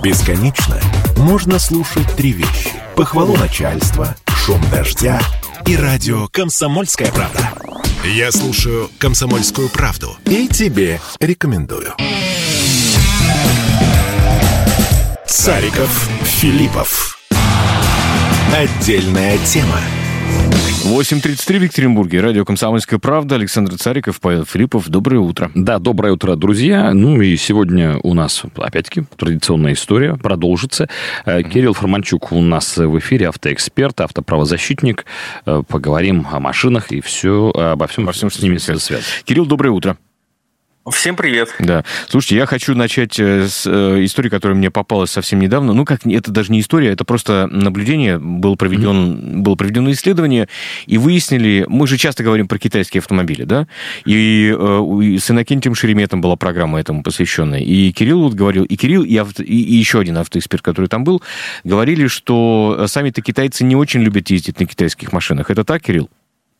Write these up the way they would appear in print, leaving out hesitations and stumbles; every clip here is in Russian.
Бесконечно можно слушать три вещи: похвалу начальства, шум дождя и радио «Комсомольская правда». Я слушаю «Комсомольскую правду» и тебе рекомендую. Цариков, Филиппов. Отдельная тема. 8:33 в Екатеринбурге. Радио «Комсомольская правда». Александр Цариков, Павел Филиппов. Доброе утро. Да, доброе утро, друзья. Ну и сегодня у нас, опять-таки, традиционная история продолжится. Кирилл Форманчук у нас в эфире, автоэксперт, автоправозащитник. Поговорим о машинах и обо всем, что с ними связано. Кирилл, доброе утро. Всем привет. Да. Слушайте, я хочу начать с истории, которая мне попалась совсем недавно. Ну, как это даже не история, это просто наблюдение. Было проведено исследование, и выяснили... Мы же часто говорим про китайские автомобили, да? И с Иннокентием Шереметом была программа этому посвященная. И Кирилл вот говорил, и еще один автоэксперт, который там был, говорили, что сами-то китайцы не очень любят ездить на китайских машинах. Это так, Кирилл?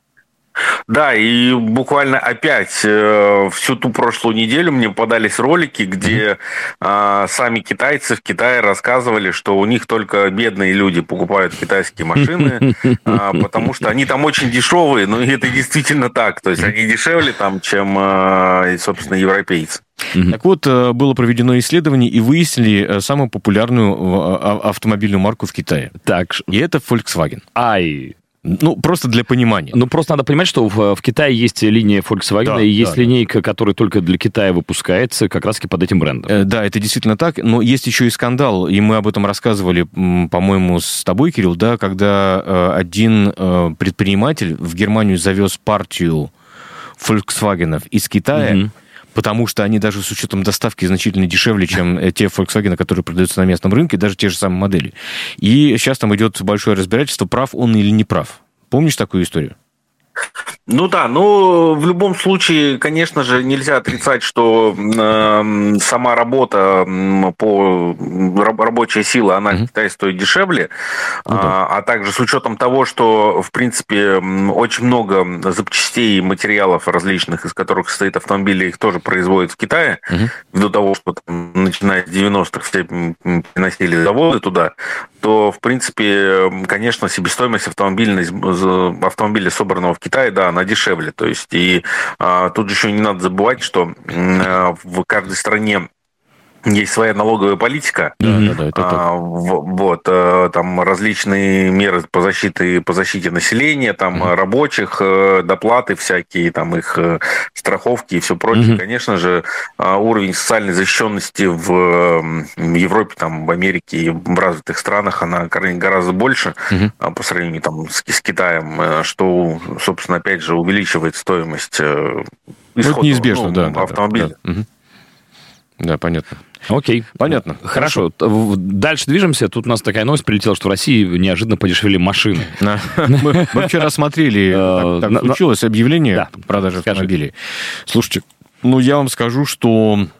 Да, и буквально опять всю ту прошлую неделю мне попадались ролики, где сами китайцы в Китае рассказывали, что у них только бедные люди покупают китайские машины, потому что они там очень дешевые, но это действительно так. То есть они дешевле там, чем, собственно, европейцы. Так вот, было проведено исследование, и выяснили самую популярную автомобильную марку в Китае. Так. И это Volkswagen. Ну, просто для понимания. Ну, просто надо понимать, что в Китае есть линия Volkswagen, да, и есть линейка, которая только для Китая выпускается, как раз-таки под этим брендом. Да, это действительно так, но есть еще и скандал, и мы об этом рассказывали, по-моему, с тобой, Кирилл, да, когда один предприниматель в Германию завез партию Volkswagen из Китая, потому что они даже с учетом доставки значительно дешевле, чем те Volkswagen, которые продаются на местном рынке, даже те же самые модели. И сейчас там идет большое разбирательство, прав он или не прав. Помнишь такую историю? Ну да, в любом случае, конечно же, нельзя отрицать, что сама работа рабочая сила, она в Китае стоит дешевле, а также с учетом того, что, в принципе, очень много запчастей и материалов различных, из которых состоит автомобиль, их тоже производят в Китае, ввиду того, что начиная с 90-х все приносили заводы туда, то, в принципе, конечно, себестоимость автомобиля, собранного в Китае, да, она дешевле. То есть, и тут еще не надо забывать, что в каждой стране есть своя налоговая политика. Там различные меры по защите населения, там рабочих, доплаты всякие, там их страховки и все прочее. Конечно же, уровень социальной защищенности в Европе, там, в Америке и в развитых странах, она гораздо больше по сравнению там, с Китаем, что, собственно, опять же, увеличивает стоимость исходного автомобиля. Да, понятно. Окей. Понятно. Хорошо. Дальше движемся. Тут у нас такая новость прилетела, что в России неожиданно подешевели машины. Мы вчера смотрели, так случилось объявление продажи автомобилей. Слушайте, я вам скажу, что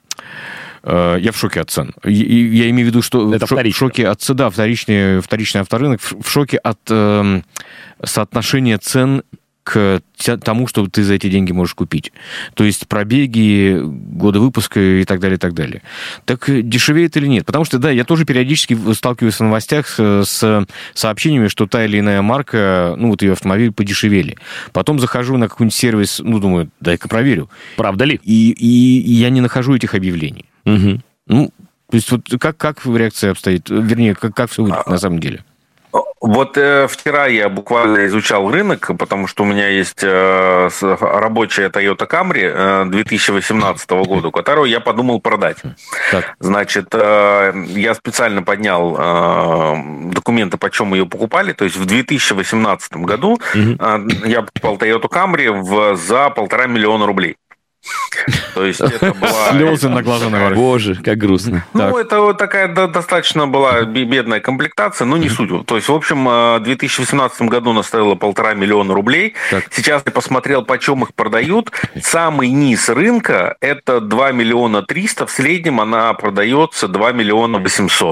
я в шоке от цен. Я имею в виду, что в шоке от цен, да, вторичный авторынок, в шоке от соотношения цен к тому, что ты за эти деньги можешь купить. То есть пробеги, годы выпуска и так далее, и так далее. Так дешевеет или нет? Потому что, да, я тоже периодически сталкиваюсь в новостях с сообщениями, что та или иная марка, ее автомобиль подешевели. Потом захожу на какой-нибудь сервис, думаю, дай-ка проверю. Правда ли? И я не нахожу этих объявлений. То есть вот как реакция обстоит? Вернее, как все будет на самом деле? Вот вчера я буквально изучал рынок, потому что у меня есть рабочая Toyota Camry 2018 года, которую я подумал продать. Так. Значит, я специально поднял документы, почем ее покупали. То есть в 2018 году я покупал Toyota Camry за 1,5 миллиона рублей. То есть это была... Слезы на глаза наворачиваются. Боже, как грустно. Это вот такая достаточно была бедная комплектация, но не суть. То есть, в общем, в 2018 году она стоила 1,5 миллиона рублей. Так. Сейчас я посмотрел, почем их продают. Самый низ рынка – это 2 миллиона 300. В среднем она продается 2 миллиона 800.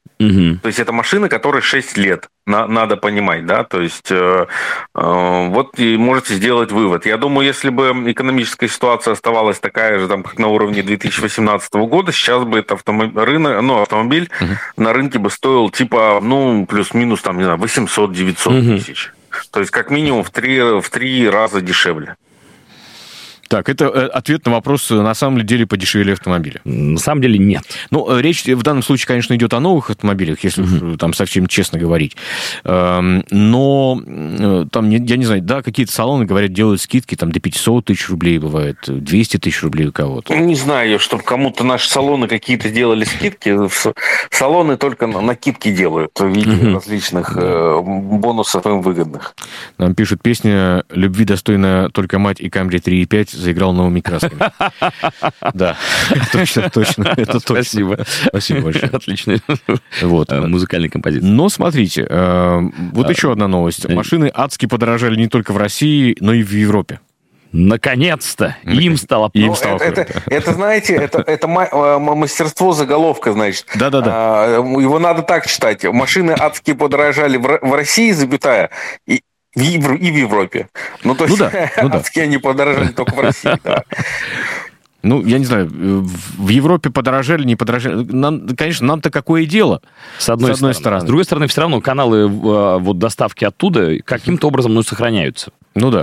То есть это машины, которые 6 лет, надо понимать, да, то есть вот и можете сделать вывод. Я думаю, если бы экономическая ситуация оставалась такая же, там, как на уровне 2018 года, сейчас бы этот автомобиль на рынке бы стоил типа, плюс-минус, там, не знаю, 800-900 тысяч. То есть как минимум в 3 раза дешевле. Так, это ответ на вопрос, на самом деле подешевели автомобили. На самом деле нет. Речь в данном случае, конечно, идет о новых автомобилях, если там совсем честно говорить. Но там, я не знаю, да, какие-то салоны, говорят, делают скидки, там до 500 тысяч рублей бывает, 200 тысяч рублей у кого-то. Не знаю, чтобы кому-то наши салоны какие-то делали скидки. Салоны только накидки делают в виде различных бонусов им выгодных. Нам пишут, песня «Любви достойна только мать» и «Камри 3.5» заиграл новыми красками. Да, точно. Это спасибо. Спасибо большое. Отлично. Музыкальная композиция. Но смотрите, вот еще одна новость. Машины адски подорожали не только в России, но и в Европе. Наконец-то! Им стало это, знаете, это мастерство заголовка, значит. Да. Его надо так читать. Машины адски подорожали в России, запятая, и в Европе. То есть адски они подорожали только в России, да. Я не знаю, в Европе подорожали, не подорожали. Конечно, нам-то какое дело, с одной стороны. С другой стороны, все равно каналы доставки оттуда каким-то образом сохраняются. Да.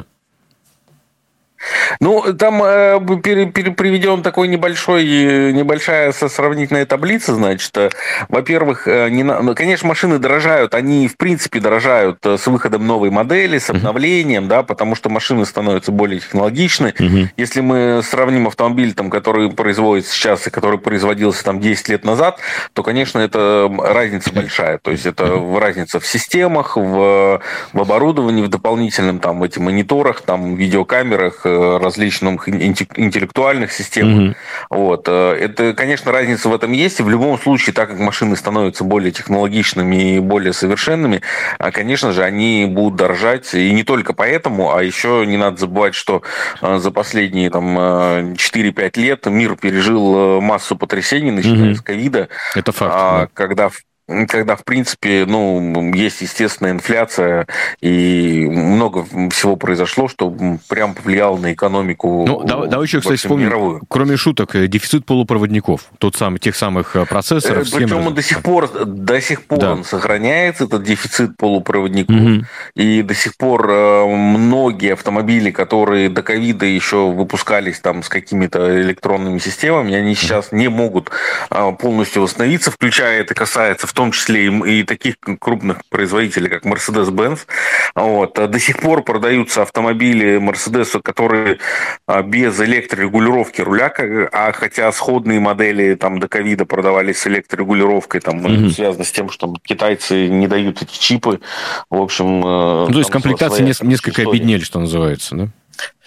Там приведем такой небольшая сравнительная таблица, значит. Во-первых, конечно, машины дорожают, они, в принципе, дорожают с выходом новой модели, с обновлением, да, потому что машины становятся более технологичны. Если мы сравним автомобиль, который производится сейчас и который производился 10 лет назад, то, конечно, это разница большая. То есть это разница в системах, в оборудовании, в дополнительном в этих мониторах, видеокамерах, различных интеллектуальных системах. Это, конечно, разница в этом есть. И в любом случае, так как машины становятся более технологичными и более совершенными, конечно же, они будут дорожать. И не только поэтому, а еще не надо забывать, что за последние 4-5 лет мир пережил массу потрясений, начиная с ковида. Это факт. Когда, в принципе, есть естественная инфляция, и много всего произошло, что прям повлияло на экономику. Давай еще, кстати, вспомним, мировую. Кроме шуток, дефицит полупроводников, тех самых процессоров. Причем до сих пор он сохраняется, этот дефицит полупроводников, и до сих пор многие автомобили, которые до ковида еще выпускались с какими-то электронными системами, они сейчас не могут полностью восстановиться, включая, это касается в том числе и таких крупных производителей, как Mercedes-Benz. До сих пор продаются автомобили Mercedes, которые без электрорегулировки руля, хотя сходные модели до ковида продавались с электрорегулировкой, связано с тем, что китайцы не дают эти чипы. В общем... то есть комплектации несколько обеднели, что называется, да?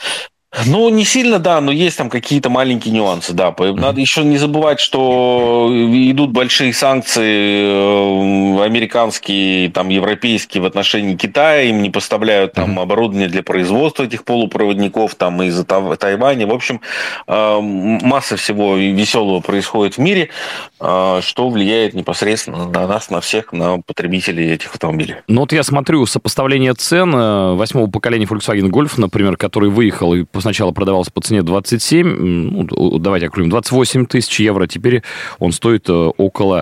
Не сильно, да, но есть какие-то маленькие нюансы, да. Надо еще не забывать, что идут большие санкции американские, европейские в отношении Китая, им не поставляют оборудование для производства этих полупроводников, из-за Тайваня. В общем, масса всего веселого происходит в мире, что влияет непосредственно на нас, на всех, на потребителей этих автомобилей. Я смотрю сопоставление цен 8-го поколения Volkswagen Golf, например, который выехал и сначала продавался по цене давайте округлим, 28 тысяч евро, теперь он стоит около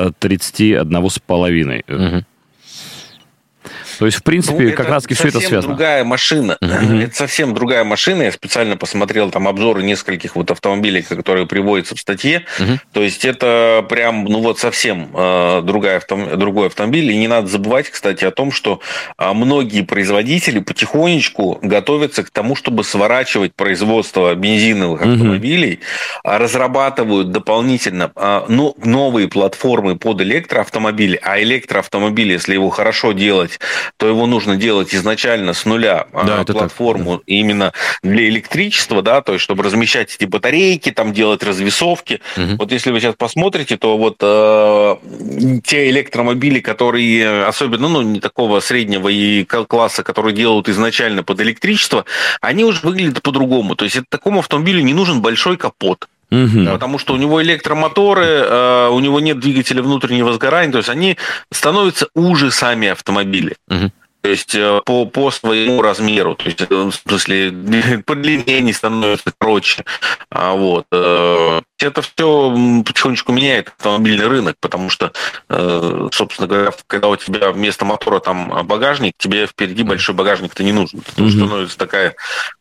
31,5. То есть, в принципе, как раз все это связано. Другая машина. Это совсем другая машина. Я специально посмотрел обзоры нескольких автомобилей, которые приводятся в статье. То есть, это прям, совсем другой автомобиль. И не надо забывать, кстати, о том, что многие производители потихонечку готовятся к тому, чтобы сворачивать производство бензиновых автомобилей, разрабатывают дополнительно новые платформы под электроавтомобили. А электроавтомобиль, если его хорошо делать, то его нужно делать изначально с нуля, платформу именно для электричества, да, то есть чтобы размещать эти батарейки, делать развесовки. Если вы сейчас посмотрите, то те электромобили, которые особенно, не такого среднего и класса, которые делают изначально под электричество, они уже выглядят по-другому. То есть такому автомобилю не нужен большой капот. Потому что у него электромоторы, у него нет двигателя внутреннего сгорания, то есть они становятся уже сами автомобили. То есть по своему размеру, то есть в смысле по длине не становятся короче. Вот. Это все потихонечку меняет автомобильный рынок, потому что, собственно говоря, когда у тебя вместо мотора там багажник, тебе впереди большой багажник-то не нужен. Потому что становится такая,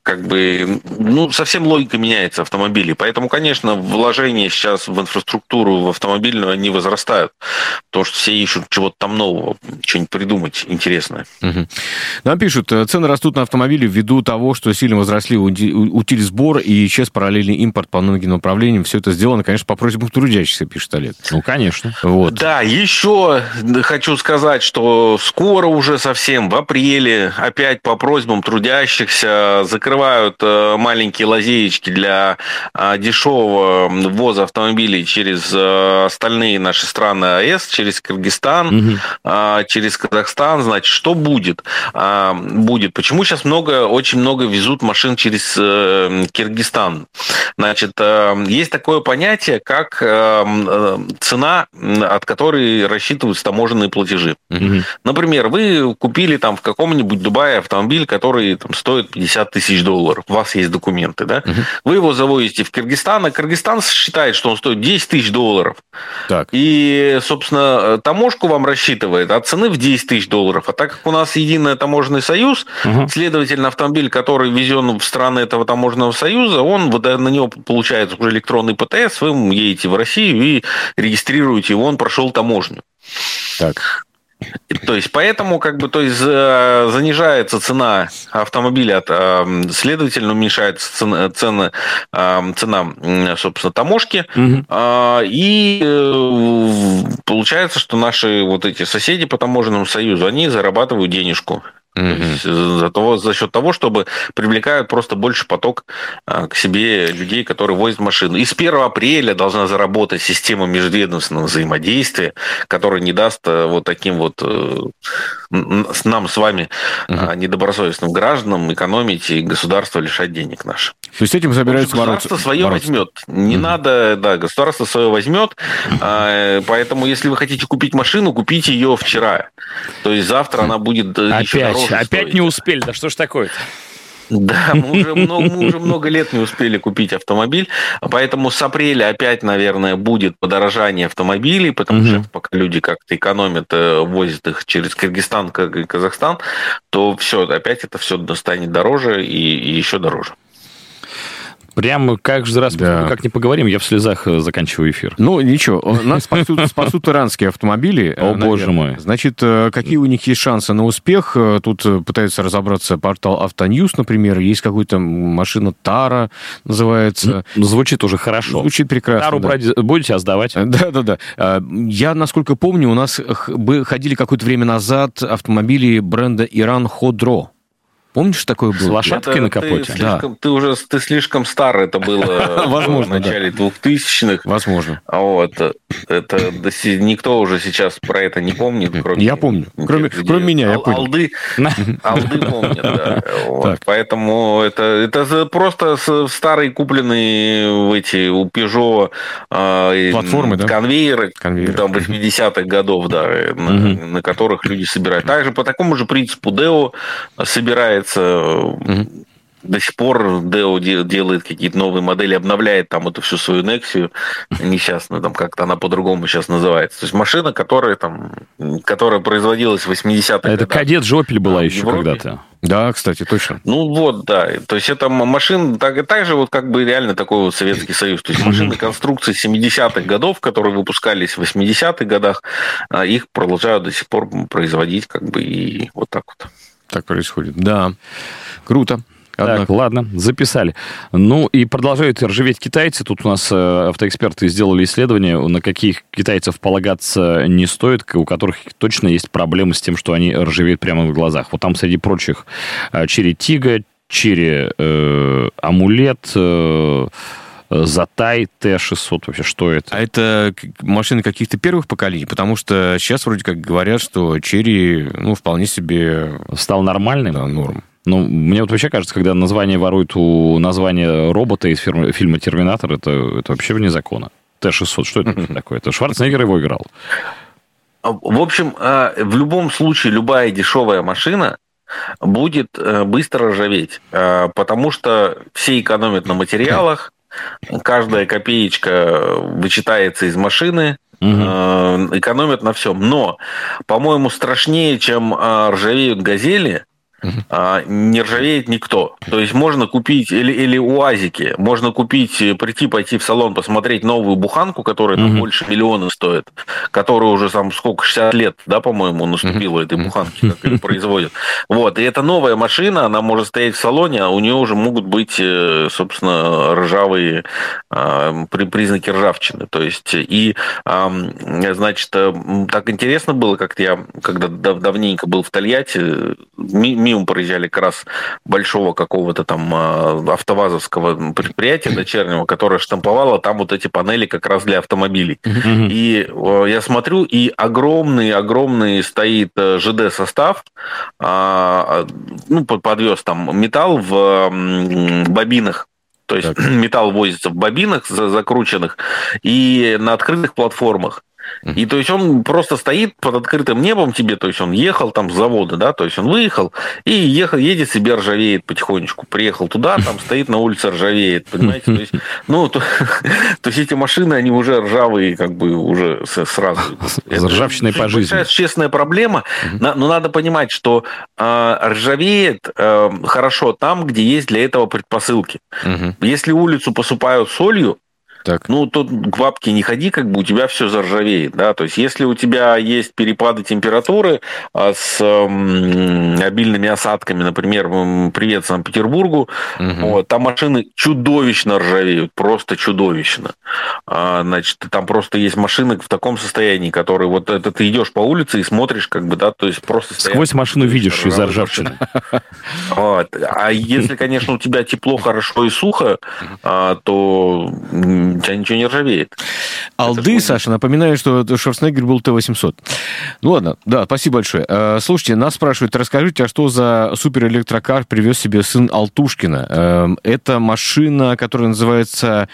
совсем логика меняется автомобилей. Поэтому, конечно, вложения сейчас в инфраструктуру, в автомобильную, они возрастают. Потому что все ищут чего-то там нового, что-нибудь придумать интересное. Нам пишут, цены растут на автомобили ввиду того, что сильно возросли утильсбор и исчез параллельный импорт по многим направлениям. Все это сделано, конечно, по просьбам трудящихся, пишет Олег. Ну, конечно. Вот. Да, еще хочу сказать, что скоро уже совсем в апреле опять по просьбам трудящихся закрывают маленькие лазеечки для дешевого ввоза автомобилей через остальные наши страны АЭС, через Кыргызстан, через Казахстан. Значит, что будет? Почему сейчас очень много везут машин через Киргизстан? Значит, есть такое понятие, как цена, от которой рассчитываются таможенные платежи. Например, вы купили там в каком-нибудь Дубае автомобиль, который там стоит $50 тысяч. У вас есть документы, да? Вы его завозите в Кыргызстан, а Кыргызстан считает, что он стоит $10 тысяч. Так. И, собственно, таможку вам рассчитывает от цены в $10 тысяч. А так как у нас единый таможенный союз, следовательно, автомобиль, который везен в страны этого таможенного союза, он на него получается уже электронный ПТС, вы едете в Россию и регистрируете его, он прошел таможню. Так. То есть, поэтому занижается цена автомобиля, следовательно, уменьшается цена, собственно, таможки. И получается, что наши вот эти соседи по таможенному союзу, они зарабатывают денежку. За счет того, чтобы привлекают просто больше поток к себе людей, которые возят машину. И с 1 апреля должна заработать система межведомственного взаимодействия, которая не даст вот таким вот нам с вами, недобросовестным гражданам, экономить и государство лишать денег наших. То есть этим собираются бороться? Государство свое возьмет. Не надо, государство свое возьмет. Поэтому, если вы хотите купить машину, купите ее вчера. То есть завтра она будет еще дороже. Опять не успели, да что ж такое-то? Да, мы уже много лет не успели купить автомобиль, поэтому с апреля опять, наверное, будет подорожание автомобилей, потому что пока люди как-то экономят, возят их через Кыргызстан и Казахстан, то все, опять это все станет дороже и еще дороже. Прямо каждый раз, как не поговорим, я в слезах заканчиваю эфир. Ну, ничего, нас спасут иранские автомобили. О, боже мой. Значит, какие у них есть шансы на успех? Тут пытается разобраться портал Автоньюз, например. Есть какая-то машина Тара, называется. Звучит уже хорошо. Звучит прекрасно. Тару будете сдавать? Да. Я, насколько помню, у нас ходили какое-то время назад автомобили бренда Иран Ходро. Помнишь, такое было? С лошадкой на капоте? Ты слишком стар, это было в начале 2000-х. Возможно. Вот. Это никто уже сейчас про это не помнит. Я помню. Кроме меня, я понял. Алды помнят, да. Поэтому это просто старые купленные у Peugeot платформы, да? Конвейеры там 80-х годов, да, на которых люди собирают. Также по такому же принципу Deo собирается. До сих пор Deo делает какие-то новые модели, обновляет там эту всю свою Nexia несчастную, там как-то она по-другому сейчас называется. То есть машина, которая производилась в 80-х годах. Это Кадет Жопель была еще когда-то. Да, кстати, точно. Ну вот, да. То есть это машина, так же вот как бы реально такой вот Советский Союз. То есть машины конструкции 70-х годов, которые выпускались в 80-х годах, их продолжают до сих пор производить как бы и вот так вот. Так происходит. Да, круто. Так, ладно, записали. Ну, и продолжают ржаветь китайцы. Тут у нас автоэксперты сделали исследование, на каких китайцев полагаться не стоит, у которых точно есть проблемы с тем, что они ржавеют прямо в глазах. Вот там, среди прочих, Chery Tiggo, Chery Amulet, Затай Т-600, вообще, что это? А это машины каких-то первых поколений? Потому что сейчас вроде как говорят, что Chery, вполне себе... Стал нормальным? Да, норм. Ну, мне вот вообще кажется, когда название воруют у названия робота из фильма «Терминатор», это вообще вне закона. Т-600, что это такое? Это Шварценеггер его играл. В общем, в любом случае, любая дешевая машина будет быстро ржаветь, потому что все экономят на материалах, каждая копеечка вычитается из машины, экономят на всем. Но, по-моему, страшнее, чем ржавеют «Газели», не ржавеет никто. То есть можно купить, или УАЗики, можно купить, пойти в салон, посмотреть новую буханку, которая там больше миллиона стоит, которая уже там сколько, 60 лет, да, по-моему, наступила этой буханки, как ее производят. Вот, и это новая машина, она может стоять в салоне, а у нее уже могут быть, собственно, ржавые признаки ржавчины. То есть, и, значит, так интересно было, как-то я, когда давненько был в Тольятти, мимо проезжали как раз большого какого-то там автовазовского предприятия дочернего, которое штамповало там вот эти панели как раз для автомобилей. И я смотрю, и огромный стоит ЖД-состав, подвез там металл в бобинах. То есть металл возится в бобинах закрученных и на открытых платформах. И то есть он просто стоит под открытым небом тебе, то есть он ехал там с завода, да, то есть он выехал и едет себе ржавеет потихонечку. Приехал туда, там стоит на улице ржавеет, понимаете? То есть, то есть эти машины, они уже ржавые, как бы уже сразу. Ржавчиной по жизни. Большая честная проблема, но надо понимать, что ржавеет хорошо там, где есть для этого предпосылки. Если улицу посыпают солью, так. Тут к бабке не ходи, как бы у тебя все заржавеет, да, то есть если у тебя есть перепады температуры с обильными осадками, например, привет Санкт-Петербургу, там машины чудовищно ржавеют, просто чудовищно. Значит, там просто есть машины в таком состоянии, которые вот это ты идешь по улице и смотришь, как бы, да, то есть просто сквозь машину видишь из-за ржавчины. Вот. А если, конечно, у тебя тепло, хорошо и сухо, то у тебя ничего не ржавеет. Алды, Саша, напоминаю, что Шварценеггер был Т-800. Ну ладно, да, спасибо большое. Слушайте, нас спрашивают, расскажите, а что за суперэлектрокар привез себе сын Алтушкина? Это машина, которая называется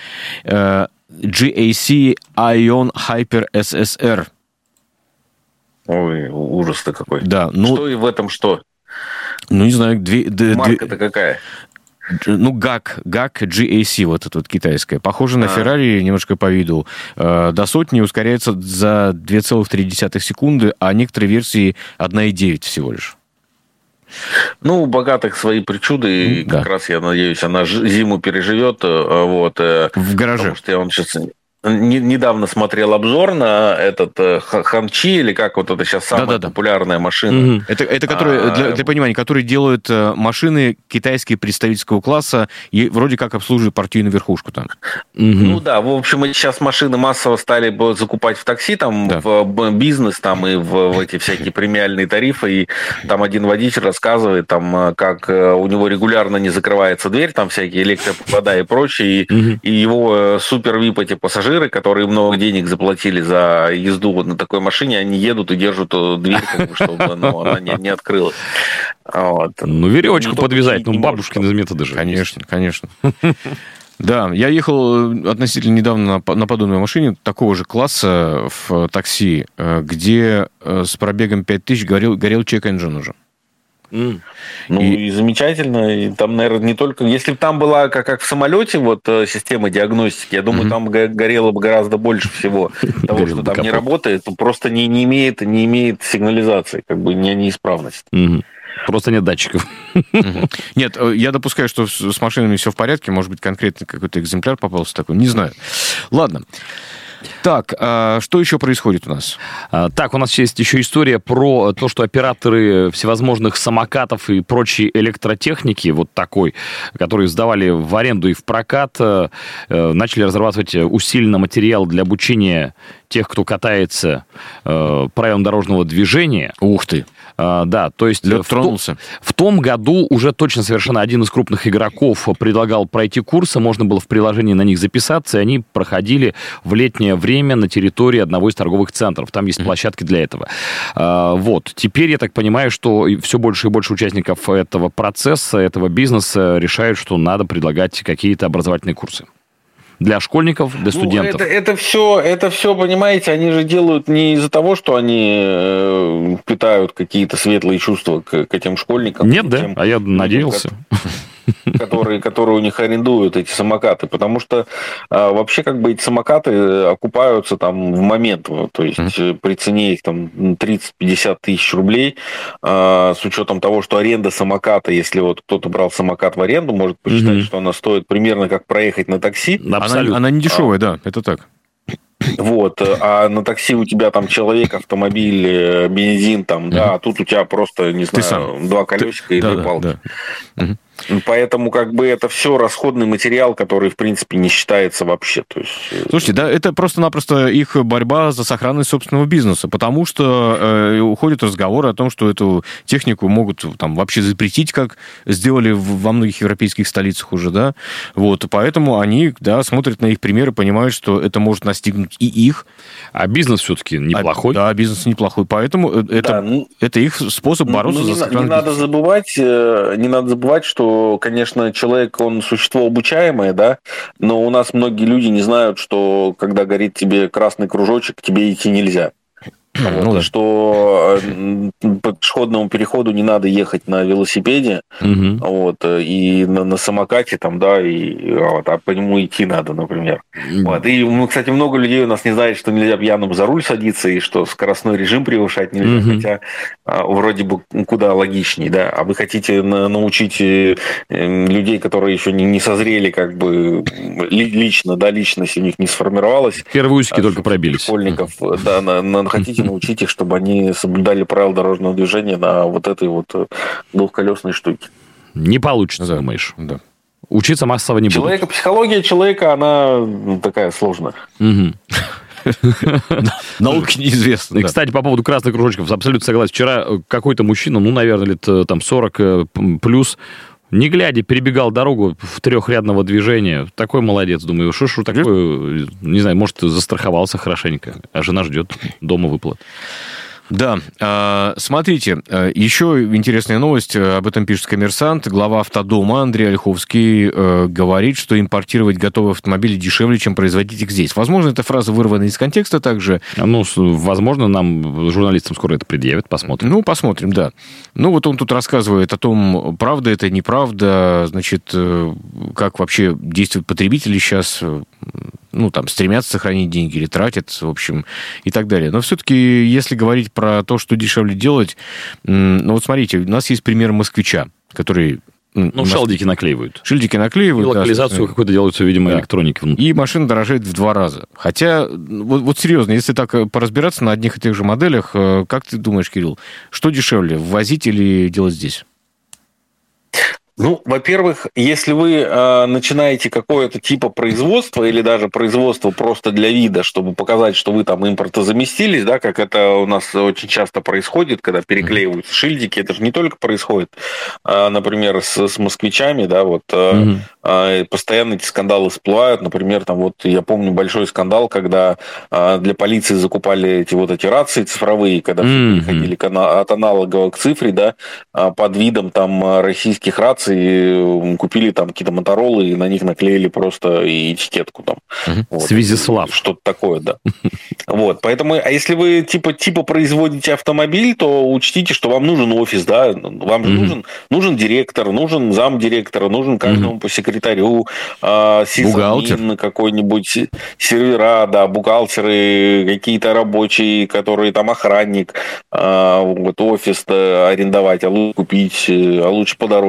GAC Ion Hyper SSR. Ой, ужас-то какой. Да, что и в этом что? Ну, не знаю. Марка-то какая? GAC GAC, вот эта вот китайская. Похоже на Ferrari немножко по виду. До сотни ускоряется за 2,3 секунды, а некоторые версии 1,9 всего лишь. У богатых свои причуды, и как раз, я надеюсь, она зиму переживет. Вот, в гараже. Потому что я вам сейчас недавно смотрел обзор на этот Ханчи, или как вот это сейчас самая популярная машина. Это которые, для понимания, которые делают машины китайские представительского класса и вроде как обслуживают партийную верхушку там. Ну да, в общем, сейчас машины массово стали закупать в такси, там, в бизнес, там, и в эти всякие премиальные тарифы, и там один водитель рассказывает, там, как у него регулярно не закрывается дверь, там всякие электропровода и прочее, и его супер-вип эти пассажиры, которые много денег заплатили за езду вот на такой машине, они едут и держат дверь, как бы, чтобы она не открылась. Вот. Веревочку подвязать, бабушкины методы же. Конечно. Да, я ехал относительно недавно на подобной машине такого же класса в такси, где с пробегом 5000 горел чек-энджин уже. И замечательно. И там, наверное, не только... Если бы там была, как в самолете, вот система диагностики, я думаю, там горело бы гораздо больше всего того, что там не работает, просто не имеет сигнализации, как бы неисправность. Просто нет датчиков. Нет, я допускаю, что с машинами все в порядке. Может быть, конкретно какой-то экземпляр попался такой. Не знаю. Ладно. Так, что еще происходит у нас? Так, у нас есть еще история про то, что операторы всевозможных самокатов и прочей электротехники, вот такой, которые сдавали в аренду и в прокат, начали разрабатывать усиленно материал для обучения тех, кто катается правилам дорожного движения. Ух ты! Да, то есть в том году уже точно совершенно один из крупных игроков предлагал пройти курсы, можно было в приложении на них записаться, и они проходили в летнее время на территории одного из торговых центров. Там есть площадки для этого. Вот. Теперь я так понимаю, что все больше и больше участников этого процесса, этого бизнеса решают, что надо предлагать какие-то образовательные курсы. Для школьников, для студентов. Это все, понимаете, они же делают не из-за того, что они питают какие-то светлые чувства к этим школьникам. Нет, да, а я надеялся. Которые у них арендуют эти самокаты, потому что вообще как бы эти самокаты окупаются там в момент, то есть при цене их там 30-50 тысяч рублей, с учетом того, что аренда самоката, если вот кто-то брал самокат в аренду, может посчитать, что она стоит примерно как проехать на такси. Она не дешевая, да, это так. Вот, а на такси у тебя там человек, автомобиль, бензин, там, да, а тут у тебя просто, не знаю, два колесика и две палки. Поэтому как бы это все расходный материал, который, в принципе, не считается вообще. То есть... Слушайте, да, это просто-напросто их борьба за сохранность собственного бизнеса, потому что уходят разговоры о том, что эту технику могут там вообще запретить, как сделали во многих европейских столицах уже, да. Вот, поэтому они, да, смотрят на их примеры, понимают, что это может настигнуть и их. А бизнес все-таки неплохой. Да, бизнес неплохой, поэтому это их способ бороться за сохранность бизнеса. Не надо забывать, что, конечно, человек, он существо обучаемое, да, но у нас многие люди не знают, что когда горит тебе красный кружочек, тебе идти нельзя. Что по пешеходному переходу не надо ехать на велосипеде, и на самокате, там, да, а по нему идти надо, например. И, кстати, много людей у нас не знает, что нельзя пьяным за руль садиться, и что скоростной режим превышать нельзя, хотя вроде бы куда логичней, да. А вы хотите научить людей, которые еще не созрели, как бы лично, да, личность у них не сформировалась. Первые усики только пробились. Школьников, да, хотите научить их, чтобы они соблюдали правила дорожного движения на вот этой вот двухколесной штуке. Не получится, думаешь? Да. Учиться массово не будут. Психология человека, она такая сложная. Наука неизвестна. Кстати, по поводу красных кружочков, абсолютно согласен. Вчера какой-то мужчина, наверное, лет там 40 плюс, не глядя, перебегал дорогу в трехрядного движения. Такой молодец. Думаю, что такое, не знаю, может, застраховался хорошенько, а жена ждет дома выплат. Да, смотрите, еще интересная новость, об этом пишет «Коммерсант». Глава автодома Андрей Ольховский говорит, что импортировать готовые автомобили дешевле, чем производить их здесь. Возможно, эта фраза вырвана из контекста также. Возможно, нам, журналистам, скоро это предъявят, посмотрим. Посмотрим, да. Вот он тут рассказывает о том, правда это, неправда, значит, как вообще действуют потребители сейчас, стремятся сохранить деньги или тратят, в общем, и так далее. Но все-таки, если говорить про то, что дешевле делать, смотрите, у нас есть пример москвича, который... шильдики наклеивают. Шильдики наклеивают. И локализацию какую-то делают, видимо, электроники внутри. И машина дорожает в 2 раза. Хотя, вот серьезно, если так поразбираться на одних и тех же моделях, как ты думаешь, Кирилл, что дешевле, ввозить или делать здесь? Во-первых, если вы начинаете какое-то типа производства или даже производство просто для вида, чтобы показать, что вы там импортозаместились, да, как это у нас очень часто происходит, когда переклеиваются шильдики, это же не только происходит, например, с москвичами, да, постоянно эти скандалы всплывают, например, там я помню большой скандал, когда для полиции закупали эти рации цифровые, когда переходили от аналогового к цифре, да, под видом там российских раций, и купили там какие-то Моторолы, и на них наклеили просто этикетку там. Связислав. Что-то такое, да. Поэтому, а если вы типа производите автомобиль, то учтите, что вам нужен офис, да, вам же нужен директор, нужен замдиректора, нужен каждому по секретарю, бухгалтер какой-нибудь, сервера, да, бухгалтеры, какие-то рабочие, которые там охранник, офис арендовать, а лучше купить, а лучше подороже купить.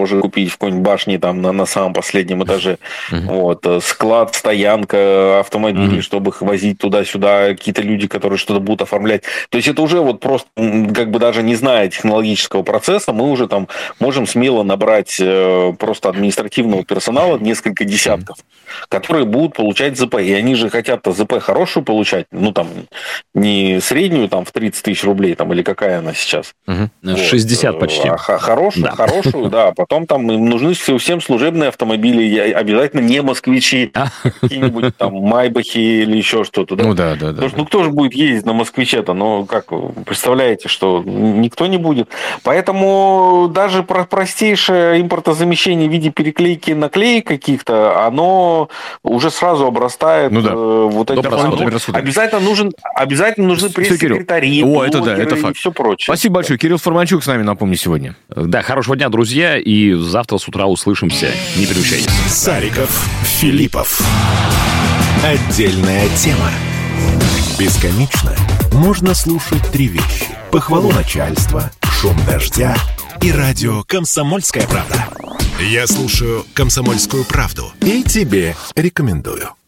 увидеть в какой-нибудь башне там на самом последнем этаже. Вот. Склад, стоянка автомобилей, чтобы их возить туда-сюда, какие-то люди, которые что-то будут оформлять. То есть это уже вот просто, как бы даже не зная технологического процесса, мы уже там можем смело набрать просто административного персонала, несколько десятков, которые будут получать ЗП. И они же хотят-то ЗП хорошую получать, ну там не среднюю там в 30 тысяч рублей, там, или какая она сейчас. Вот. 60 почти. Хорошую, да. Потом там им нужны всем служебные автомобили, обязательно не москвичи, какие-нибудь там майбахи или еще что-то. Да? Ну да. Потому что, кто же будет ездить на москвиче-то? Ну, как вы представляете, что никто не будет. Поэтому даже простейшее импортозамещение в виде переклейки наклеек каких-то, оно уже сразу обрастает вот этим. Обязательно нужны пресс-секретари, это факт. И все прочее. Спасибо большое. Кирилл Форманчук с нами, напомню, сегодня. Да, хорошего дня, друзья, и завтра с утра услышимся. Не переключайтесь. Сариков, Филиппов. Отдельная тема. Бесконечно можно слушать три вещи. Похвалу начальства, шум дождя и радио «Комсомольская правда». Я слушаю «Комсомольскую правду» и тебе рекомендую.